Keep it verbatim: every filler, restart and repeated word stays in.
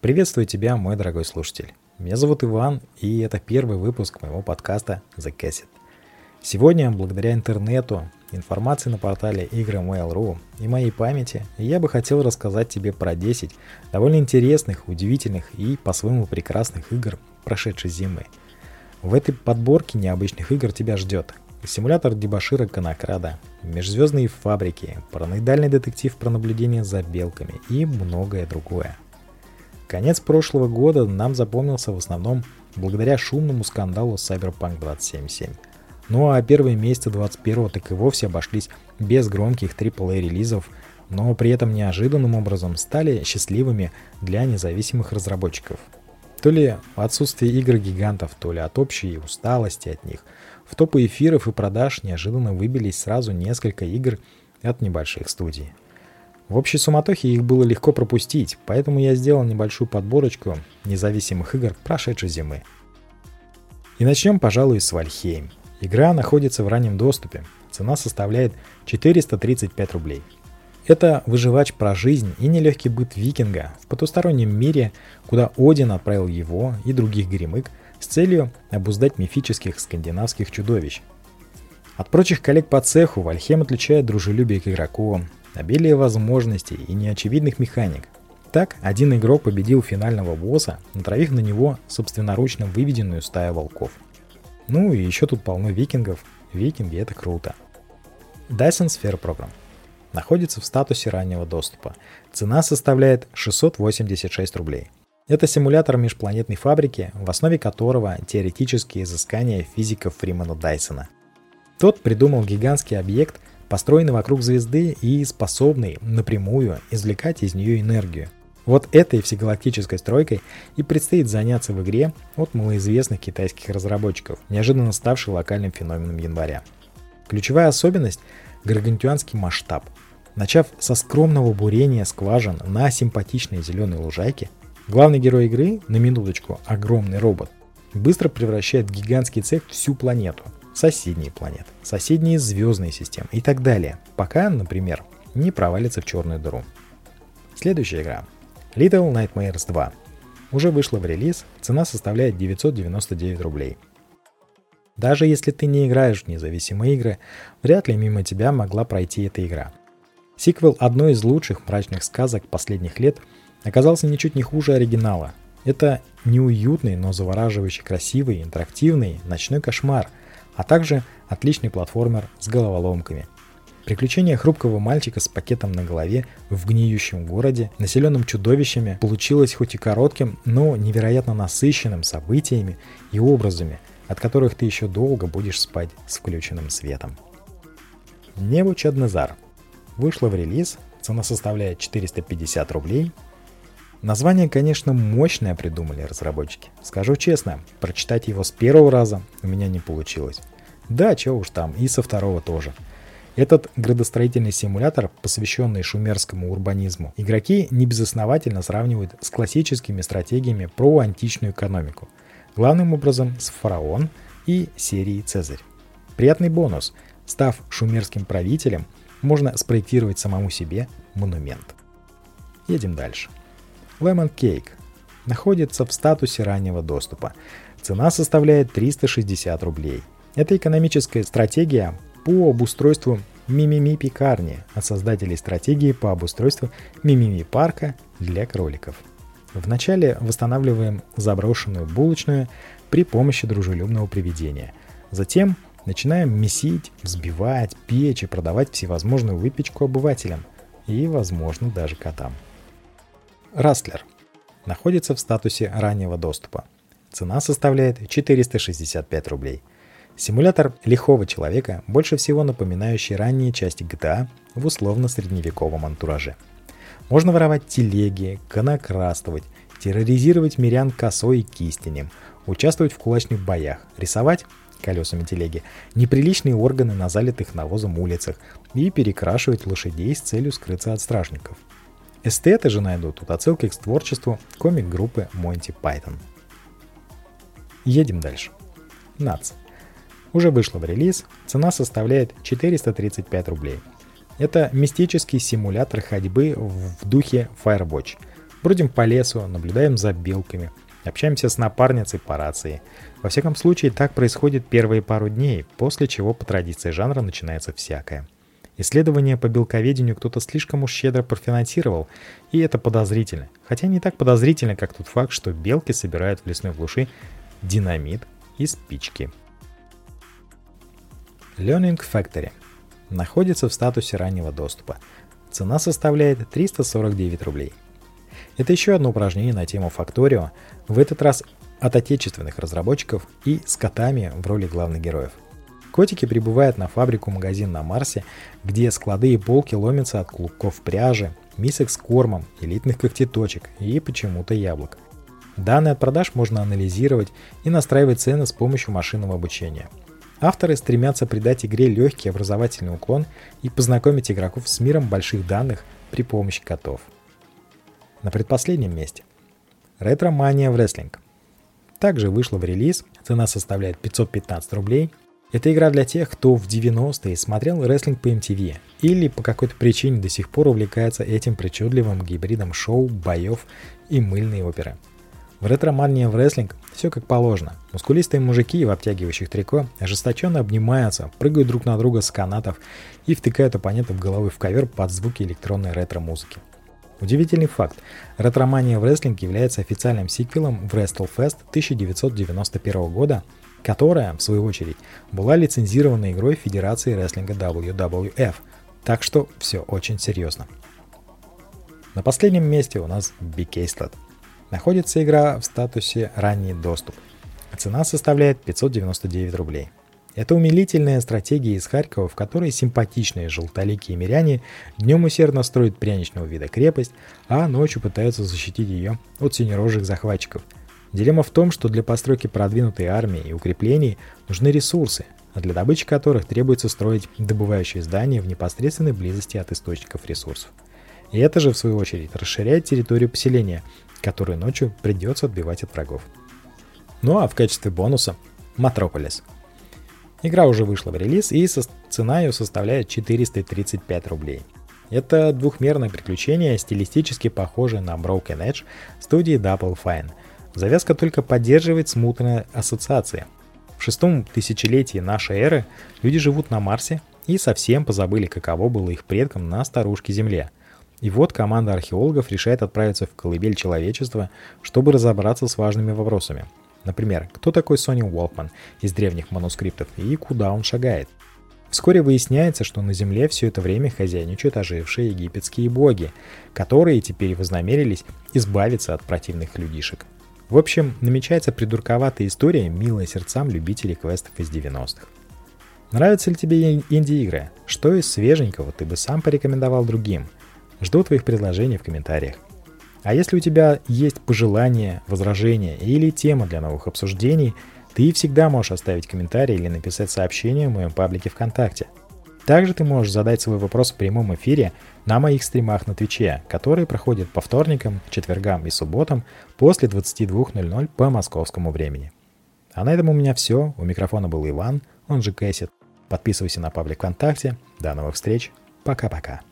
Приветствую тебя, мой дорогой слушатель. Меня зовут Иван, и это первый выпуск моего подкаста The Cassette. Сегодня, благодаря интернету, информации на портале игры Mail точка ру и моей памяти, я бы хотел рассказать тебе про десять довольно интересных, удивительных и по-своему прекрасных игр прошедшей зимы. В этой подборке необычных игр тебя ждет симулятор дебошира Конокрада, межзвездные фабрики, параноидальный детектив про наблюдение за белками и многое другое. Конец прошлого года нам запомнился в основном благодаря шумному скандалу Cyberpunk двадцать семьдесят семь. Ну а первые месяцы двадцать первого так и вовсе обошлись без громких трипл эй релизов, но при этом неожиданным образом стали счастливыми для независимых разработчиков. То ли отсутствие игр-гигантов, то ли от общей усталости от них. В топы эфиров и продаж неожиданно выбились сразу несколько игр от небольших студий. В общей суматохе их было легко пропустить, поэтому я сделал небольшую подборочку независимых игр прошедшей зимы. И начнем, пожалуй, с Valheim. Игра находится в раннем доступе, цена составляет четыреста тридцать пять рублей. Это выживач про жизнь и нелегкий быт викинга в потустороннем мире, куда Один отправил его и других горемык с целью обуздать мифических скандинавских чудовищ. От прочих коллег по цеху Valheim отличает дружелюбие к игроку, обилие возможностей и неочевидных механик. Так, один игрок победил финального босса, натравив на него собственноручно выведенную стаю волков. Ну и еще тут полно викингов. Викинги — это круто. Dyson Sphere Program находится в статусе раннего доступа. Цена составляет шестьсот восемьдесят шесть рублей. Это симулятор межпланетной фабрики, в основе которого теоретические изыскания физиков Фримена Дайсона. Тот придумал гигантский объект, построенный вокруг звезды и способный напрямую извлекать из нее энергию. Вот этой всегалактической стройкой и предстоит заняться в игре от малоизвестных китайских разработчиков, неожиданно ставшей локальным феноменом января. Ключевая особенность – гаргантюанский масштаб. Начав со скромного бурения скважин на симпатичной зеленой лужайке, главный герой игры, на минуточку огромный робот, быстро превращает гигантский цех в всю планету, соседние планеты, соседние звездные системы и так далее, пока, например, не провалится в черную дыру. Следующая игра – Little Nightmares два. Уже вышла в релиз, цена составляет девятьсот девяносто девять рублей. Даже если ты не играешь в независимые игры, вряд ли мимо тебя могла пройти эта игра. Сиквел одной из лучших мрачных сказок последних лет оказался ничуть не хуже оригинала. Это неуютный, но завораживающий красивый, интерактивный ночной кошмар, а также отличный платформер с головоломками. Приключения хрупкого мальчика с пакетом на голове в гниющем городе, населенном чудовищами, получилось хоть и коротким, но невероятно насыщенным событиями и образами, от которых ты еще долго будешь спать с включенным светом. Небучаднезар. Вышла в релиз, цена составляет четыреста пятьдесят рублей. Название, конечно, мощное придумали разработчики. Скажу честно, прочитать его с первого раза у меня не получилось. Да, чего уж там, и со второго тоже. Этот градостроительный симулятор, посвященный шумерскому урбанизму, игроки небезосновательно сравнивают с классическими стратегиями про античную экономику. Главным образом с Фараон и серией Цезарь. Приятный бонус. Став шумерским правителем, можно спроектировать самому себе монумент. Едем дальше. Lemon Cake находится в статусе раннего доступа. Цена составляет триста шестьдесят рублей. Это экономическая стратегия по обустройству Мимими-пекарни от создателей стратегии по обустройству Мимими-парка для кроликов. Вначале восстанавливаем заброшенную булочную при помощи дружелюбного привидения. Затем начинаем месить, взбивать, печь и продавать всевозможную выпечку обывателям и, возможно, даже котам. Растлер находится в статусе раннего доступа. Цена составляет четыреста шестьдесят пять рублей. Симулятор лихого человека, больше всего напоминающий ранние части джи ти эй в условно-средневековом антураже. Можно воровать телеги, конокраствовать, терроризировать мирян косой и кистенем, участвовать в кулачных боях, рисовать колесами телеги неприличные органы на залитых навозом улицах и перекрашивать лошадей с целью скрыться от стражников. Эстеты же найдут тут отсылки к творчеству комик-группы Монти Пайтон. Едем дальше. нац. Уже вышла в релиз, цена составляет четыреста тридцать пять рублей. Это мистический симулятор ходьбы в духе Firewatch. Бродим по лесу, наблюдаем за белками, общаемся с напарницей по рации. Во всяком случае, так происходит первые пару дней, после чего по традиции жанра начинается всякое. Исследование по белковедению кто-то слишком уж щедро профинансировал, и это подозрительно. Хотя не так подозрительно, как тот факт, что белки собирают в лесной глуши динамит и спички. Learning Factory находится в статусе раннего доступа. Цена составляет триста сорок девять рублей. Это еще одно упражнение на тему Factorio, в этот раз от отечественных разработчиков и с котами в роли главных героев. Котики прибывают на фабрику-магазин на Марсе, где склады и полки ломятся от клубков пряжи, мисок с кормом, элитных когтеточек и почему-то яблок. Данные от продаж можно анализировать и настраивать цены с помощью машинного обучения. Авторы стремятся придать игре легкий образовательный уклон и познакомить игроков с миром больших данных при помощи котов. На предпоследнем месте Ретромания Wrestling. Также вышла в релиз, цена составляет пятьсот пятнадцать рублей. Это игра для тех, кто в девяностые смотрел рестлинг по эм ти ви или по какой-то причине до сих пор увлекается этим причудливым гибридом шоу, боев и мыльной оперы. В Ретромания Wrestling все как положено. Мускулистые мужики в обтягивающих трико ожесточенно обнимаются, прыгают друг на друга с канатов и втыкают оппонентов головой в ковер под звуки электронной ретро-музыки. Удивительный факт. Ретромания Wrestling является официальным сиквелом в WrestleFest тысяча девятьсот девяносто первого года, которая, в свою очередь, была лицензирована игрой Федерации рестлинга дабл ю дабл ю эф, так что все очень серьезно. На последнем месте у нас Bcased. Находится игра в статусе «Ранний доступ». Цена составляет пятьсот девяносто девять рублей. Это умилительная стратегия из Харькова, в которой симпатичные желтоликие миряне днем усердно строят пряничного вида крепость, а ночью пытаются защитить ее от синерожих захватчиков. Дилемма в том, что для постройки продвинутой армии и укреплений нужны ресурсы, а для добычи которых требуется строить добывающие здания в непосредственной близости от источников ресурсов. И это же, в свою очередь, расширяет территорию поселения, которую ночью придется отбивать от врагов. Ну а в качестве бонуса – Metropolis. Игра уже вышла в релиз, и со- цена ее составляет четыреста тридцать пять рублей. Это двухмерное приключение, стилистически похожее на Broken Edge студии Double Fine. Завязка только поддерживает смутные ассоциации. В шестом тысячелетии нашей эры люди живут на Марсе и совсем позабыли, каково было их предкам на старушке Земле. И вот команда археологов решает отправиться в колыбель человечества, чтобы разобраться с важными вопросами. Например, кто такой Сони Уолкман из древних манускриптов и куда он шагает? Вскоре выясняется, что на Земле все это время хозяйничают ожившие египетские боги, которые теперь вознамерились избавиться от противных людишек. В общем, намечается придурковатая история, милая сердцам любителей квестов из девяностых. Нравятся ли тебе инди-игры? Что из свеженького ты бы сам порекомендовал другим? Жду твоих предложений в комментариях. А если у тебя есть пожелания, возражения или тема для новых обсуждений, ты всегда можешь оставить комментарий или написать сообщение в моем паблике ВКонтакте. Также ты можешь задать свой вопрос в прямом эфире на моих стримах на Твиче, которые проходят по вторникам, четвергам и субботам после двадцати двух ноль ноль по московскому времени. А на этом у меня все. У микрофона был Иван, он же Кэссет. Подписывайся на паблик ВКонтакте. До новых встреч. Пока-пока.